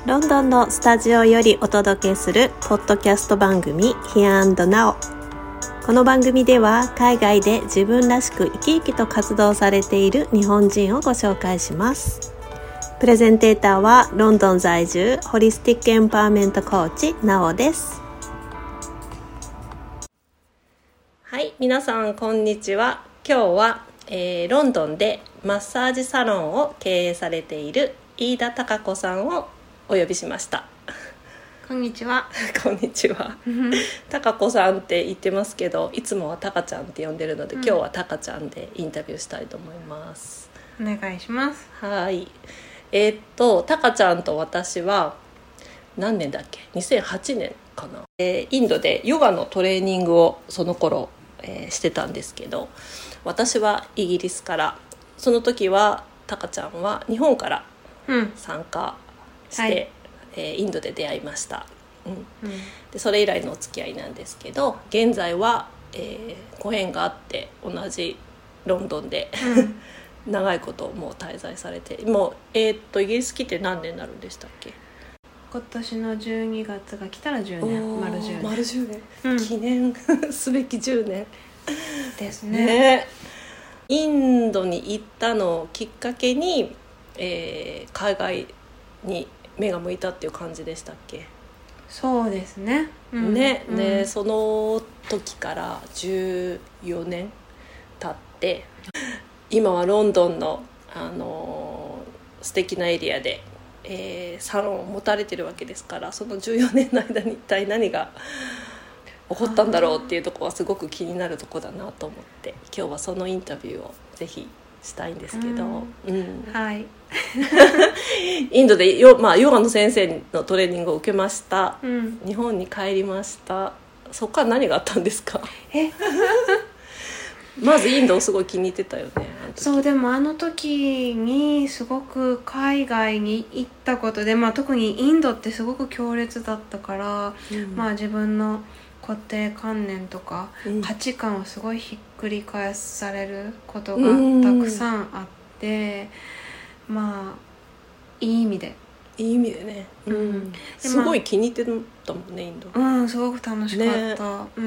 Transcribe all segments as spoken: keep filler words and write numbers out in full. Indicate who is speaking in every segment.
Speaker 1: ロンドンのスタジオよりお届けするポッドキャスト番組 Here and Now。 この番組では海外で自分らしく生き生きと活動されている日本人をご紹介します。プレゼンテーターはロンドン在住ホリスティックエンパワーメントコーチなおです。はい、皆さんこんにちは。今日は、えー、ロンドンでマッサージサロンを経営されている飯田貴子さんをお呼びしました。
Speaker 2: こんにちは。
Speaker 1: こんにちは。貴子さんって言ってますけど、いつもはタカちゃんって呼んでるので、うん、今日はタカちゃんでインタビューしたいと思います。
Speaker 2: お願いします。
Speaker 1: はい。えー、っとタカちゃんと私は何年だっけ？にせんはちねんかな。えー、インドでヨガのトレーニングをその頃、えー、してたんですけど、私はイギリスから、その時はタカちゃんは日本から参加して、うんはい、えー、インドで出会いました、うんうん、でそれ以来のお付き合いなんですけど、現在は、えー、ご縁があって同じロンドンで、うん、長いこともう滞在されて、もう、えー、っとイギリス来て何年になるんでしたっけ？
Speaker 2: 今年のじゅうにがつが来たらじゅうねん、丸じゅうねん、
Speaker 1: 丸じゅうねん、うん、記念すべきじゅうねん
Speaker 2: ですね。
Speaker 1: ね、インドに行ったのをきっかけに、えー、海外に目が向いたっていう感じでしたっけ？
Speaker 2: そうですね、
Speaker 1: うん、ね、うん、でその時からじゅうよねん経って今はロンドンの、あのー、素敵なエリアで、えー、サロンを持たれてるわけですから、そのじゅうよねんの間に一体何が起こったんだろうっていうところはすごく気になるところだなと思って、今日はそのインタビューをぜひしたいんですけど、うんうん、
Speaker 2: はい
Speaker 1: インドでヨ、まあ、ヨガの先生のトレーニングを受けました、
Speaker 2: うん、
Speaker 1: 日本に帰りました。そこから何があったんですか？
Speaker 2: え
Speaker 1: まずインドをすごい気に入ってたよね。
Speaker 2: そう、でもあの時にすごく海外に行ったことで、まあ、特にインドってすごく強烈だったから、うん、まあ、自分の固定観念とか、うん、価値観をすごいひっくり返されることがたくさんあって、うん、まあいい意味で
Speaker 1: いい意味でね、うん、すごい気に入ってたもんね、インド。
Speaker 2: うんすごく楽しかった、ね、うん、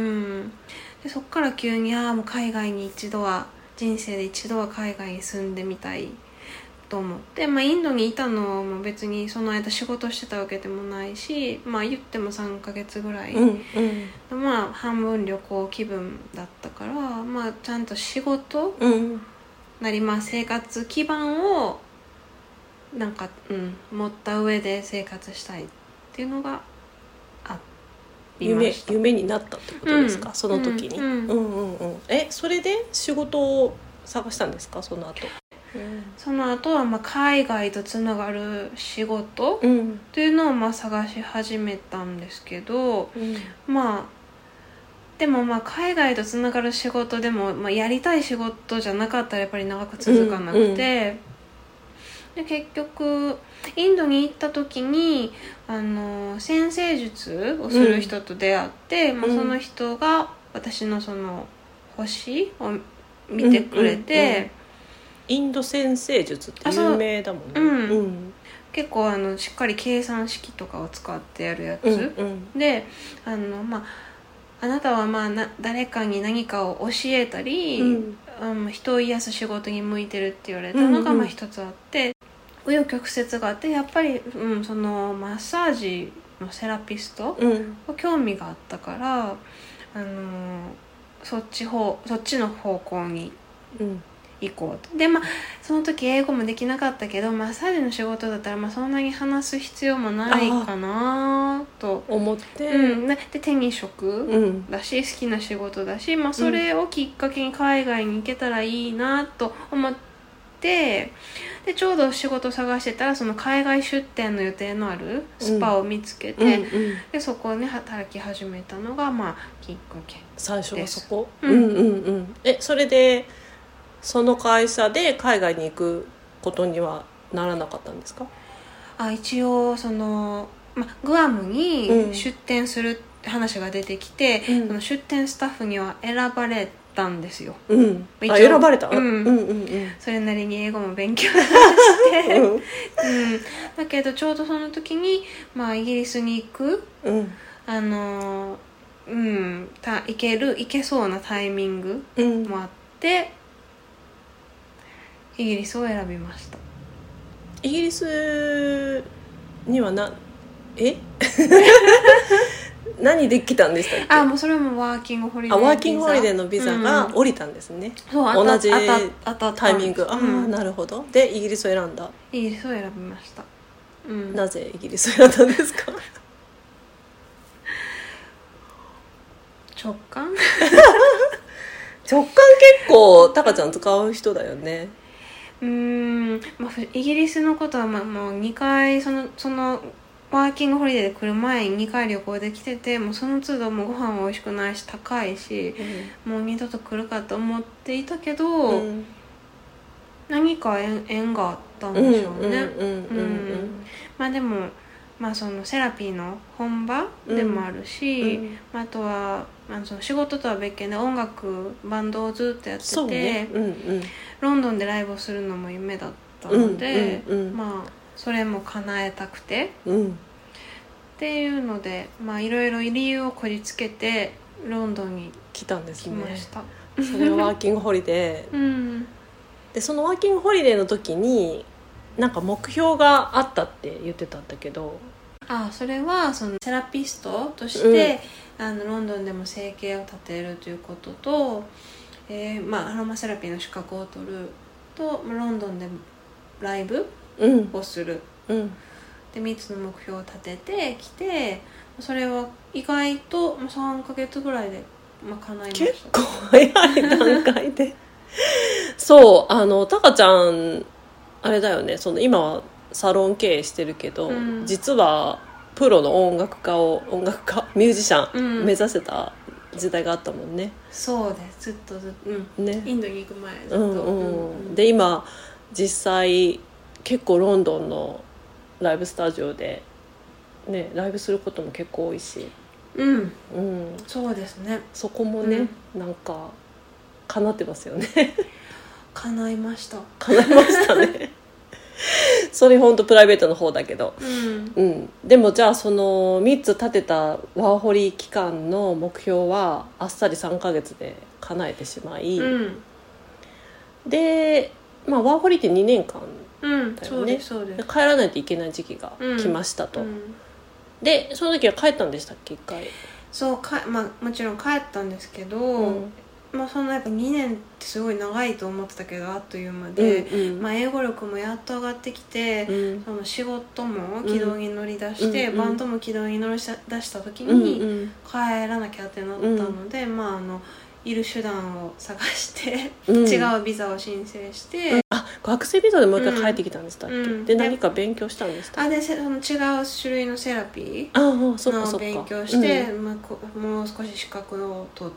Speaker 2: でそっから急にあもう海外に一度は人生で一度は海外に住んでみたいと思って、まあ、インドにいたのは別にその間仕事してたわけでもないし、まあ、言ってもさんかげつぐらい、うんうん、まあ半分旅行気分だったから、まあ、ちゃんと仕事、うん、なり、まあ、生活基盤をなんか、うん、持った上で生活したいっていうのがありました。
Speaker 1: 夢、夢になったってことですか、うん、その時に、うんうんうんうん、えそれで仕事を探したんですか、その後？
Speaker 2: うん、その後はまあ海外とつながる仕事っていうのをまあ探し始めたんですけど、うん、まあでもまあ海外とつながる仕事でも、まあ、やりたい仕事じゃなかったらやっぱり長く続かなくて、うんうん、で結局インドに行った時にあの占星術をする人と出会って、うんまあ、その人が私のその星を見てくれて、うんうんうん、
Speaker 1: インド占星術って有名だもんね、
Speaker 2: うんうん、結構あのしっかり計算式とかを使ってやるやつ、うんうん、であの、まあ、あなたはまあな誰かに何かを教えたり、うんうん、人を癒す仕事に向いてるって言われたのがまあ一つあって、紆余曲折があって、やっぱり、うん、そのマッサージのセラピストを興味があったから、あのそっち方そっちの方向に、うん行こうと。でまあその時英語もできなかったけど、マッサージの仕事だったらまあそんなに話す必要もないかなと
Speaker 1: 思って、
Speaker 2: うん、で手に職だし、うん、好きな仕事だし、まあ、それをきっかけに海外に行けたらいいなと思って、でちょうど仕事探してたらその海外出店の予定のあるスパを見つけて、うんうんうん、でそこで、ね、働き始めたのがまあきっかけです。
Speaker 1: 最初はそこ、うんうんうん、えそれでその会社で海外に行くことにはならなかったんですか？
Speaker 2: あ一応その、ま、グアムに出店する話が出てきて、うん、その出店スタッフには選ばれたんですよ、
Speaker 1: うん、
Speaker 2: 一応
Speaker 1: あ選ばれた、
Speaker 2: うん
Speaker 1: うんうんうん、
Speaker 2: それなりに英語も勉強して、
Speaker 1: うん
Speaker 2: うん、だけどちょうどその時に、まあ、イギリスに行く、
Speaker 1: うん
Speaker 2: あのー、うんた行ける行けそうなタイミング
Speaker 1: うん
Speaker 2: もあって、イギリスを選びました。
Speaker 1: イギリスにはなえ何で来たんでしたっけ？
Speaker 2: あもうそれもワーキングホリデービザ。
Speaker 1: あワーキングホリデーのビザが降りたんですね、
Speaker 2: うん、
Speaker 1: 同じ
Speaker 2: 当た
Speaker 1: タイミング、ああ、うん、なるほど。でイギリスを選んだ。
Speaker 2: イギリスを選びました、うん、
Speaker 1: なぜイギリスを選んだんですか？
Speaker 2: 直感
Speaker 1: 直感結構タカちゃん使う人だよね。
Speaker 2: うーん、まあ、イギリスのことは、まあ、もうにかいそのそのワーキングホリデーで来る前ににかい旅行で来てて、もうその都度もご飯は美味しくないし高いし、うん、もう二度と来るかと思っていたけど、うん、何か 縁, 縁があったんでしょうね。まあでも、まあ、そのセラピーの本場でもあるし、うんうん、あとは、まあ、その仕事とは別件で音楽バンドをずっとやってて、ねうんうん、ロンドンでライブをするのも夢だったので、うんうんうん、まあそれも叶えたくて、うん、っていうので、まあいろいろ理由をこじつけてロンドンに
Speaker 1: 来たんですね。
Speaker 2: 来ました。
Speaker 1: それはワーキングホリデー、うん、でそのワーキングホリデーの時になんか目標があったって言ってたんだけど、
Speaker 2: あそれはそのセラピストとして、うん、あのロンドンでも生計を立てるということと、えーまあ、アロマセラピーの資格を取るとロンドンでライブをする、うん、でみっつの目標を立ててきて、それは意外とさんかげつぐらいで、まあ、叶いました。
Speaker 1: 結構早い段階でそうあのタカちゃんあれだよね、その今はサロン経営してるけど、うん、実はプロの音楽家を音楽家ミュージシャン目指せた時代があったもんね、うん、
Speaker 2: そうですずっとずっと、うんね、インドに行く前ずっと、うん
Speaker 1: うんうん、で今実際結構ロンドンのライブスタジオで、ね、ライブすることも結構多いし、
Speaker 2: うん、うん、そうですね。
Speaker 1: そこもね、うん、なんか叶ってますよね
Speaker 2: 叶いました
Speaker 1: 叶いましたねそれ本当プライベートの方だけど、うんうん、でもじゃあそのみっつ立てたワーホリ期間の目標はあっさりさんかげつで叶えてしまい、うん、で、まあ、ワーホリってにねんかんだよね、うん、そうですそうです。帰らないといけない時期が来ましたと、うんうん、でその時は帰ったんでしたっけいっかい。
Speaker 2: そうか、まあ、もちろん帰ったんですけど、うんまあ、そのやっぱにねんってすごい長いと思ってたけどあっという間で、うんうんまあ、英語力もやっと上がってきて、うん、その仕事も軌道に乗り出して、うん、バンドも軌道に乗り出した時に、うんうん、帰らなきゃってなったので、うんまあ、あのいる手段を探して、うん、違うビザを申請して、うん、
Speaker 1: あ学生ビザでもう一回帰ってきたんでしたっけ、うん、で何か勉強したんですか。
Speaker 2: あでその違う種類のセラピーの勉強して、うんまあ、もう少し資格を取って、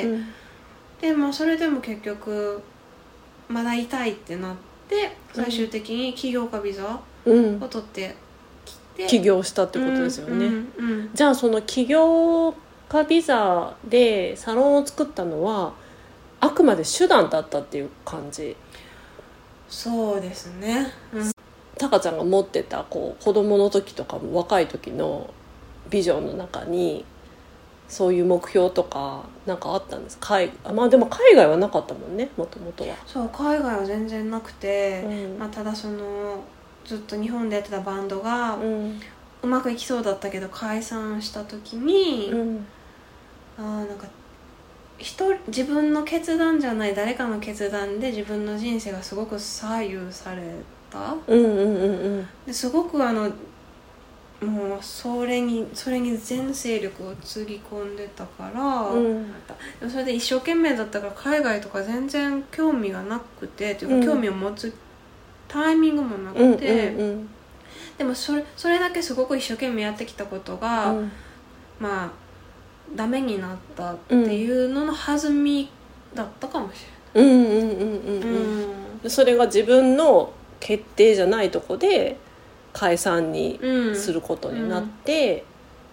Speaker 2: うんでまあ、それでも結局まだ痛いってなって最終的に起業家ビザを取ってきて、
Speaker 1: うん、起業したってことですよね、うんうんうん、じゃあその起業家ビザでサロンを作ったのはあくまで手段だったっていう感じ。
Speaker 2: そうですね、うん、
Speaker 1: タカちゃんが持ってたこう子供の時とかも若い時のビジョンの中にそういう目標とかなんかあったんですか。海まあでも海外はなかったもんね、もともとは。
Speaker 2: そう海外は全然なくて、うんまあ、ただそのずっと日本でやってたバンドが、うん、うまくいきそうだったけど解散した時に、うん、あなんか人自分の決断じゃない誰かの決断で自分の人生がすごく左右された、うんうんうんうん、ですごくあのもうそれにそれに全勢力をつぎ込んでたから、うん、それで一生懸命だったから海外とか全然興味がなくてというか、うん、興味を持つタイミングもなくて、うんうんうん、でもそれ、それだけすごく一生懸命やってきたことが、うん、まあダメになったっていうのの弾みだったかもしれない。うんうんうんうん
Speaker 1: うん、それが自分の決定じゃないとこで解散にすることになって、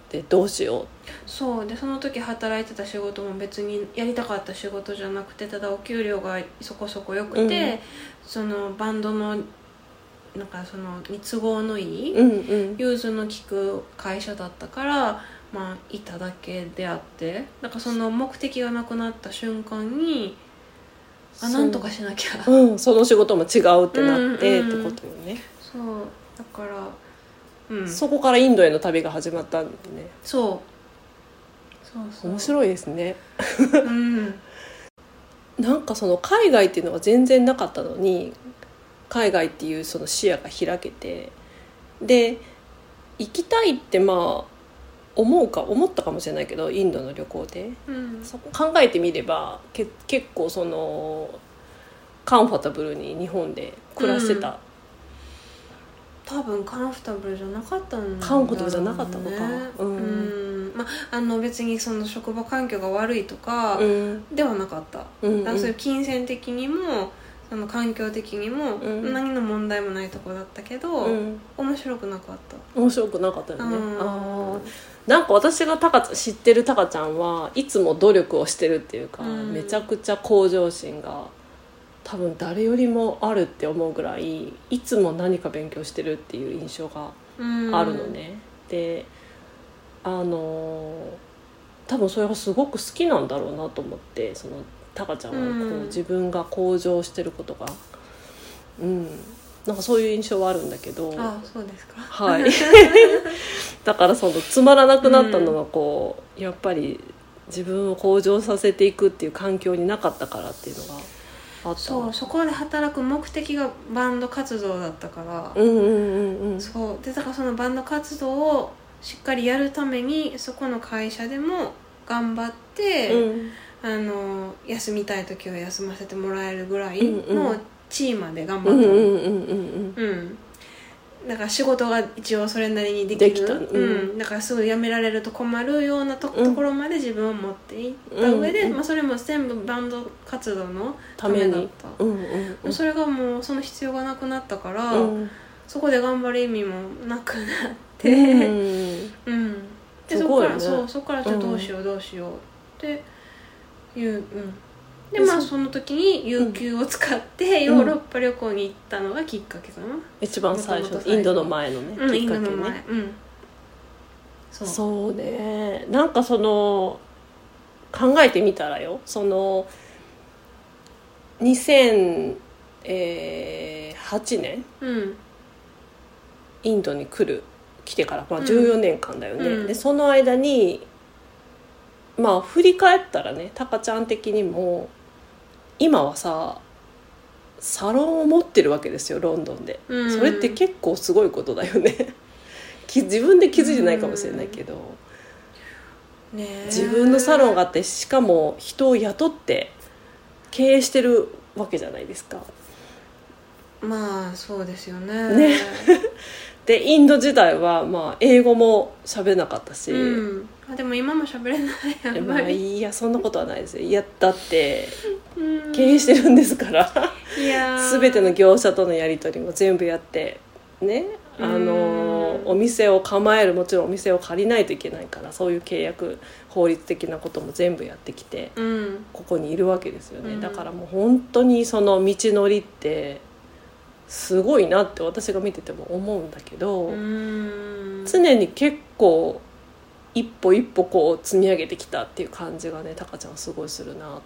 Speaker 1: でどうしよう。
Speaker 2: そうでその時働いてた仕事も別にやりたかった仕事じゃなくて、ただお給料がそこそこ良くて、うん、そのバンドのなんかそのに都合のいい、うんうん、融通の利く会社だったから、まあ、いただけであって、なんかその目的がなくなった瞬間にあなんとかしなきゃ、
Speaker 1: うん、その仕事も違うってなって、うんうん、ってことよね。
Speaker 2: そうだから、
Speaker 1: うん、そこからインドへの旅が始まったんでね。
Speaker 2: そうそうそう
Speaker 1: 面白いですね、
Speaker 2: うん、
Speaker 1: なんかその海外っていうのが全然なかったのに、海外っていうその視野が開けて、で行きたいってまあ思うか思ったかもしれないけど、インドの旅行で、うん、そこ考えてみればけ結構そのカンファタブルに日本で暮らしてた、うん、
Speaker 2: 多分カンファタブルじゃなかったんだろうね。
Speaker 1: カンファタブルじゃなかったのか、うん、
Speaker 2: うんまあ、あの別にその職場環境が悪いとかではなかった、うん、だからそういう金銭的にもその環境的にも何の問題もないところだったけど、うん、面白くなかった。
Speaker 1: 面白くなかったよね、うん、あなんか私がタカ知ってるタカちゃんはいつも努力をしてるっていうか、うん、めちゃくちゃ向上心が多分誰よりもあるって思うぐらい、いつも何か勉強してるっていう印象があるのね、うん、であの多分それがすごく好きなんだろうなと思って、そのタカちゃんはこう、うん、自分が向上してることが、うん、なんかそういう印象はあるんだけど。
Speaker 2: あ、そうですか。
Speaker 1: はいだからそのつまらなくなったのはこう、うん、やっぱり自分を向上させていくっていう環境になかったからっていうのがあった。
Speaker 2: そう、そこで働く目的がバンド活動だったから、
Speaker 1: うんうんうんうん、
Speaker 2: そうでだからそのバンド活動をしっかりやるためにそこの会社でも頑張って、うんあの休みたい時は休ませてもらえるぐらいの地位まで頑張ったの。だから仕事が一応それなりにできる、できた、うんうん、だからすぐ辞められると困るような と,、うん、ところまで自分を持っていった上で、うんうんまあ、それも全部バンド活動のためだった、うんうんうん、それがもうその必要がなくなったから、うん、そこで頑張る意味もなくなって、うんうん、でそこから、ね、そうそこからじゃあどうしようどうしようっていう、うん、でまあその時に有給を使ってヨーロッパ旅行に行ったのがきっかけかな、うん、
Speaker 1: 一番最初インドの前のね、
Speaker 2: うん、
Speaker 1: きっかけね、
Speaker 2: インドの前、うん、
Speaker 1: そうそうね。なんかその考えてみたらよ、そのにせんはちねん、うん、インドに来る来てから、まあ、じゅうよねんかんだよね、うん、でその間にまあ振り返ったらね、タカちゃん的にも今はさサロンを持ってるわけですよ、ロンドンで、うん、それって結構すごいことだよね自分で気づいてないかもしれないけど、うんね、自分のサロンがあって、しかも人を雇って経営してるわけじゃないですか。
Speaker 2: まあそうですよね。ね
Speaker 1: でインド時代はまあ英語も喋れなかったし、
Speaker 2: うん、あでも今も喋れないやっぱり、
Speaker 1: まあ、いやそんなことはないですよ。いやだって経営してるんですから
Speaker 2: いや
Speaker 1: 全ての業者とのやり取りも全部やってね、あのお店を構える、もちろんお店を借りないといけないから、そういう契約法律的なことも全部やってきて、うん、ここにいるわけですよね、うん、だからもう本当にその道のりってすごいなって私が見てても思うんだけど、うーん常に結構一歩一歩こう積み上げてきたっていう感じがね、タカちゃんはすごいするなと思って。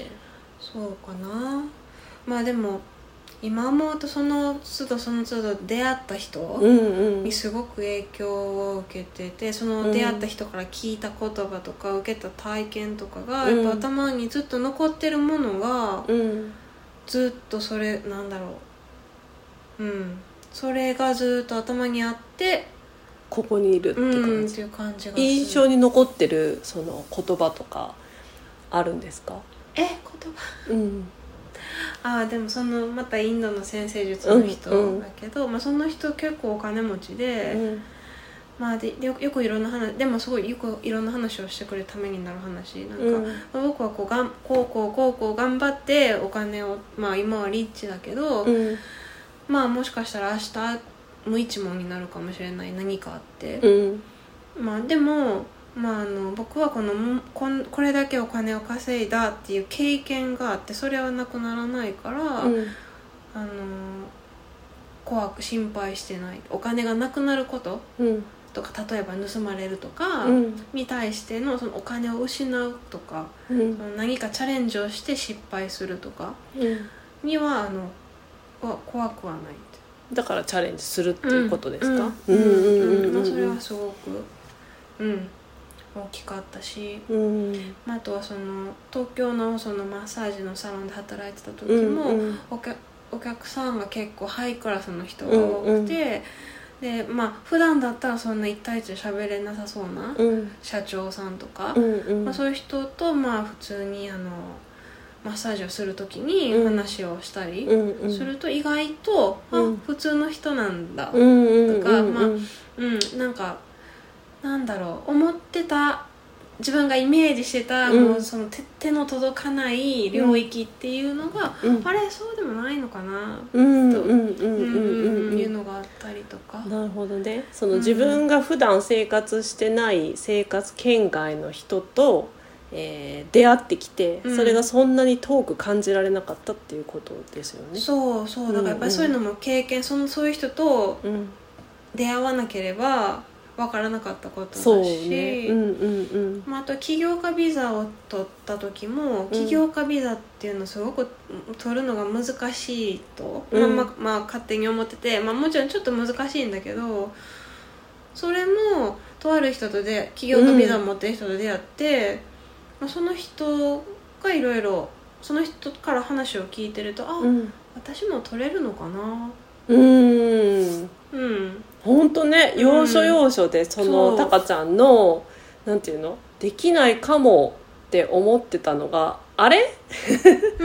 Speaker 2: そうかな。まあでも今思うとその都度その都度出会った人にすごく影響を受けてて、その出会った人から聞いた言葉とか受けた体験とかがやっぱ頭にずっと残ってるものがずっとそれなんだろう、うん、それがずっと頭にあって
Speaker 1: ここにいるって感じ、
Speaker 2: うん、っていう感じがする。
Speaker 1: 印象に残ってるその言葉とかあるんですか？
Speaker 2: え、言葉、うんあでもそのまたインドの先生術の人だけど、うんうんまあ、その人結構お金持ちで、うんまあ、で よ, よくいろんな話でもすごいよくいろんな話をしてくれるためになる話なんか、うんまあ、僕はこうがんこうこうこうこう頑張ってお金を、まあ、今はリッチだけど、うん、まあもしかしたら明日無一文になるかもしれない何かあって、うん、 まあでも、まあ、あの僕はこのこんこれだけお金を稼いだっていう経験があって、それはなくならないから、うん、あの怖く心配してない。お金がなくなること、うんとか、例えば盗まれるとかに対しての、そのお金を失うとか、うん、その何かチャレンジをして失敗するとかには、あの怖くはない。
Speaker 1: だからチャレンジするっていうことですか？
Speaker 2: それはすごく、うん、大きかったし、うん、あとはその東京のそのマッサージのサロンで働いてた時も、うんうん、お客、お客さんが結構ハイクラスの人が多くて、うんうん、でまあ普段だったらそんないち対いちで喋れなさそうな社長さんとか、うんうんまあ、そういう人とまあ普通にあのマッサージをするときに話をしたりすると、意外と、うん、あ普通の人なんだとか、まあうんなんかなんだろう、思ってた自分がイメージしてた、うん、もうその 手, 手の届かない領域っていうのが、うん、あれそうでもないのかなというのがあったりとか。
Speaker 1: なるほどね。その自分が普段生活してない生活圏外の人と、えー、出会ってきて、それがそんなに遠く感じられなかったっていうことですよね。
Speaker 2: うん、そうそう、だからやっぱりそういうのも経験、そのそういう人と出会わなければ分からなかったことだし、そうね、うんうんうんまあ、あと起業家ビザを取った時も、起業家ビザっていうのをすごく取るのが難しいと、うん、まあまあまあ勝手に思ってて、まあ、もちろんちょっと難しいんだけど、それもとある人とで起業家ビザを持ってる人と出会って、うんまあ、その人がいろいろその人から話を聞いてると、あ、うん、私も取れるのかな、
Speaker 1: うんうん本当ね、要所要所でその、うん、タカちゃんのなんていうの、できないかもって思ってたのが、あれ、うん、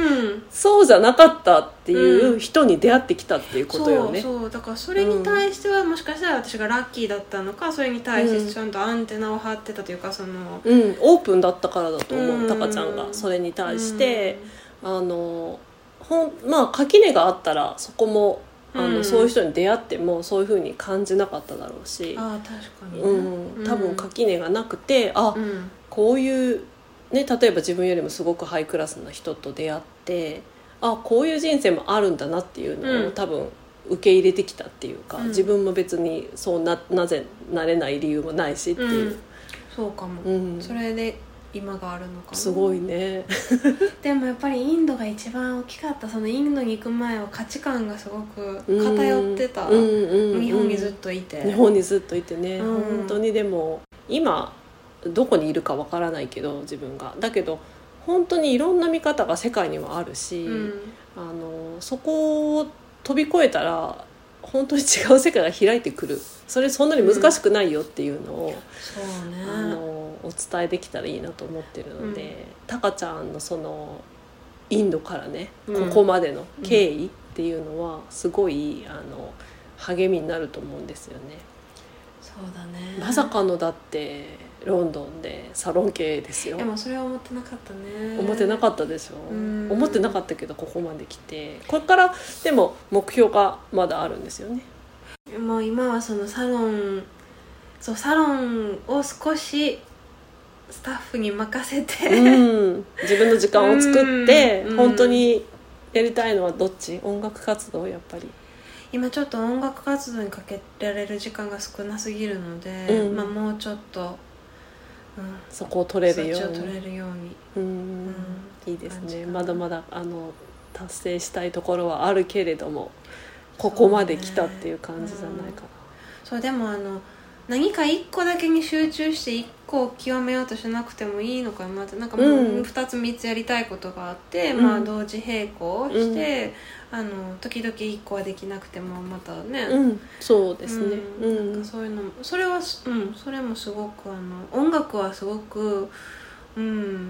Speaker 1: そうじゃなかったっていう人に出会ってきたっていうことよね。
Speaker 2: そうそう、だからそれに対してはもしかしたら私がラッキーだったのか、それに対してちゃんとアンテナを張ってたというか、その、
Speaker 1: うん、オープンだったからだと思う、うん、タカちゃんがそれに対して、うん、あのほんまあ垣根があったらそこもあのうん、そういう人に出会ってもそういう風に感じなかっただろうし、
Speaker 2: あ確かに、ね
Speaker 1: うん、多分垣根がなくて、あ、うん、こういう、ね、例えば自分よりもすごくハイクラスな人と出会って、あこういう人生もあるんだなっていうのを、うん、多分受け入れてきたっていうか、うん、自分も別にそう な, なぜなれない理由もないしっていう、うん、
Speaker 2: そうかも、うん、それで今があるのかな。
Speaker 1: すごいね
Speaker 2: でもやっぱりインドが一番大きかった。そのインドに行く前は価値観がすごく偏ってた、うんうんうん、日本にずっといて
Speaker 1: 日本にずっといてね、うん、本当に。でも今どこにいるかわからないけど自分がだけど本当にいろんな見方が世界にはあるし、うん、あのそこを飛び越えたら本当に違う世界が開いてくる。それそんなに難しくないよっていうのを、うん、そうね、あのお伝えできたらいいなと思ってるので、タカちゃんのそのインドからね、うん、ここまでの経緯っていうのはすごいあの励みになると思うんですよね。
Speaker 2: そうだね。
Speaker 1: まさかのだってロンドンでサロン経営ですよ。
Speaker 2: でもそれは思ってなかったね。
Speaker 1: 思ってなかったでしょ。思ってなかったけどここまで来て、これからでも目標がまだあるんですよね。
Speaker 2: もう今はそのサロンそうサロンを少しスタッフに任せて、うん、
Speaker 1: 自分の時間を作って、うん、本当にやりたいのはどっち？音楽活動やっぱり。
Speaker 2: 今ちょっと音楽活動にかけられる時間が少なすぎるので、うんまあ、もうちょっと、うん、
Speaker 1: そこを取れるように、
Speaker 2: そっちを取れるように、
Speaker 1: うんうん、いいですね。まだまだあの達成したいところはあるけれどもここまで来たっていう感じじゃないかな。
Speaker 2: そうね、うん、そうでもあの何か一個だけに集中して一個を極めようとしなくてもいいのかなって、なんかもうふたつみっつやりたいことがあって、うん、まあ同時並行して、うん、あの時々一個はできなくてもまたね、
Speaker 1: うん、そうですね、
Speaker 2: うん、なんかそういうのもそれは、うん、それもすごくあの音楽はすごく、うん、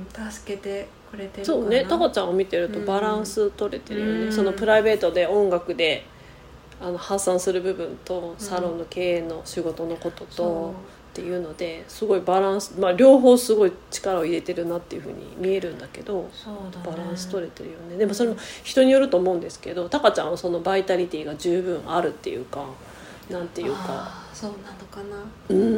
Speaker 2: 助けてくれてるかな。
Speaker 1: そうね、タカちゃんを見てるとバランス取れてるよね、うん、そのプライベートで音楽であの発散する部分とサロンの経営の仕事のこととっていうのですごいバランス、まあ、両方すごい力を入れてるなっていう風に見えるんだけど、
Speaker 2: そうだね、
Speaker 1: バランス取れてるよね。でもそれも人によると思うんですけど、タカちゃんはそのバイタリティが十分あるっていうか、なんていうか、
Speaker 2: そうなのかな。
Speaker 1: うーん 、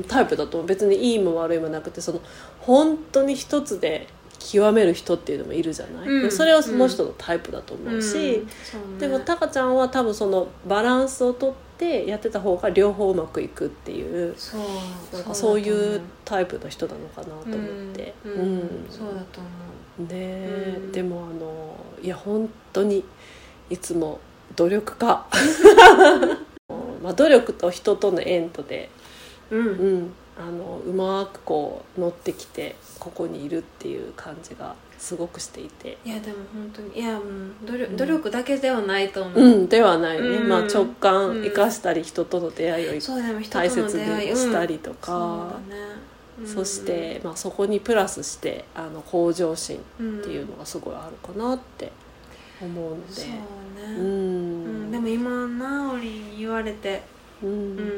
Speaker 1: タイプだと別にいいも悪いもなくて、その本当に一つで極める人っていうのもいるじゃない、うん、それはその人のタイプだと思うし、うんうんね、でもタカちゃんは多分そのバランスをとってやってた方が両方うまくいくっていう、そう、なんかそういうタイプの人なのかなと思って、
Speaker 2: うんうんうん、そうだと思う
Speaker 1: ね、うん、でもあのいや本当にいつも努力家まあ努力と人との縁とで、うんうん、あのうまくこう乗ってきてここにいるっていう感じがすごくしていて、
Speaker 2: いやでも本当にいや、うん、努力、努力だけではないと思う、
Speaker 1: うん、ではないね、うん、まあ、直感生かしたり、人との出会いを大切にしたりとか、うん、そして、まあ、そこにプラスしてあの向上心っていうのがすごいあるかなって思うので、そうね、
Speaker 2: うんうん、でも今なおりに言われて、うんうん、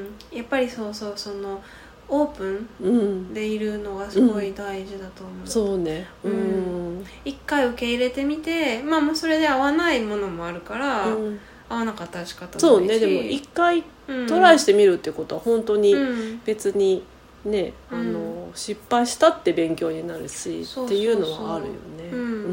Speaker 2: やっぱりそうそうそのオープンでいるのがすごい大事だと思う、
Speaker 1: うん、そうね、うん、
Speaker 2: 一回受け入れてみて、まあもうそれで合わないものもあるから、うん、合わなかったら仕方ないし、
Speaker 1: そうね、でも一回トライしてみるってことは本当に別にね、うん、あの失敗したって勉強になるし、うん、っていうのはあるよね、うんうん、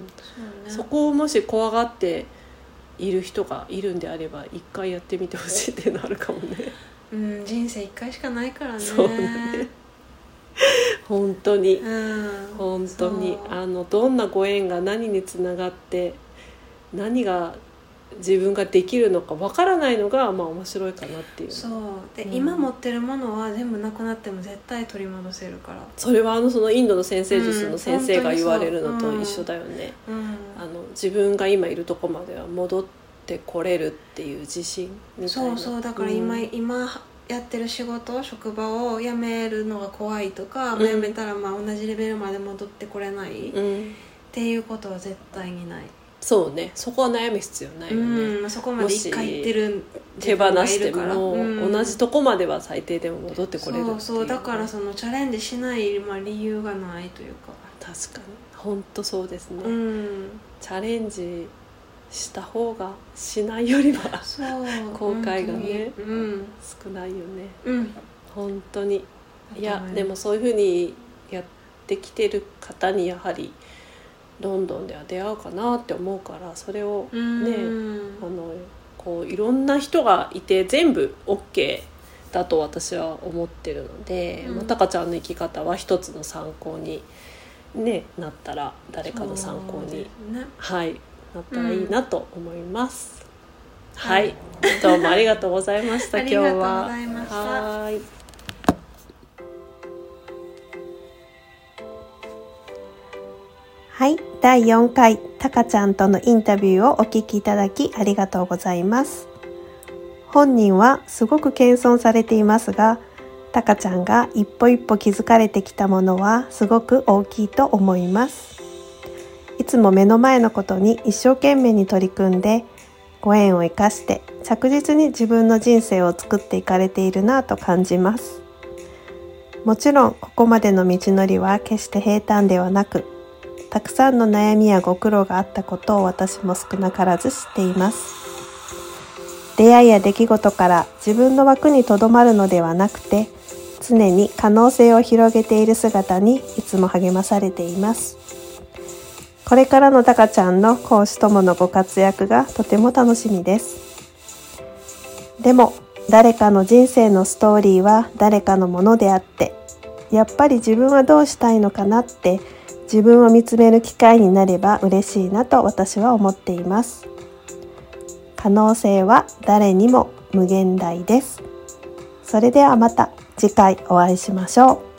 Speaker 1: そうね、そこをもし怖がっている人がいるんであれば一回やってみてほしいっていうのあるかもね、
Speaker 2: うん、人生一回しかないからね。
Speaker 1: そうだね本当に、うん、本当にあのどんなご縁が何につながって何が自分ができるのかわからないのが、まあ、面白いかなっていう。
Speaker 2: そうで、うん、今持ってるものは全部なくなっても絶対取り戻せるから。
Speaker 1: それはあのそのインドの先生術の先生が言われるのと一緒だよね、うんうん、あの自分が今いるとこまでは戻ってこれるっていう自信みたいな。
Speaker 2: そうそう、だから今、うん、今やってる仕事職場を辞めるのが怖いとか、うん、辞めたらまあ同じレベルまで戻ってこれない、うん、っていうことは絶対にない。
Speaker 1: そうね、そこは悩む必要ないよね、
Speaker 2: うん、そこまで一回行ってる
Speaker 1: 手放しても、うん、同じとこまでは最低でも戻ってこれるっていう、
Speaker 2: そうそう、だからそのチャレンジしない、まあ、理由がないというか。
Speaker 1: 確かに本当そうですね、
Speaker 2: うん、
Speaker 1: チャレンジした方がしないよりは後悔がね、うん、少ないよね、うん、本当に。いやでもそういうふうにやってきてる方にやはりロンドンでは出会うかなって思うから、それをね、あのこういろんな人がいて全部 OK だと私は思ってるので、うん、タカちゃんの生き方は一つの参考に、ね、なったら誰かの参考に、ね、はい、なったらいいなと思います、うん、はい、はい、どうもありがとうございました今日は。
Speaker 2: ありがとうございました。
Speaker 1: はい、
Speaker 3: はい、だいよんかいタカちゃんとのインタビューをお聞きいただきありがとうございます。本人はすごく謙遜されていますが、タカちゃんが一歩一歩築かれてきたものはすごく大きいと思います。いつも目の前のことに一生懸命に取り組んで、ご縁を生かして着実に自分の人生を作っていかれているなと感じます。もちろんここまでの道のりは決して平坦ではなく、たくさんの悩みやご苦労があったことを私も少なからず知っています。出会いや出来事から自分の枠にとどまるのではなくて、常に可能性を広げている姿にいつも励まされています。これからのタカちゃんの講師とものご活躍がとても楽しみです。でも誰かの人生のストーリーは誰かのものであって、やっぱり自分はどうしたいのかなって自分を見つめる機会になれば嬉しいなと私は思っています。可能性は誰にも無限大です。それではまた次回お会いしましょう。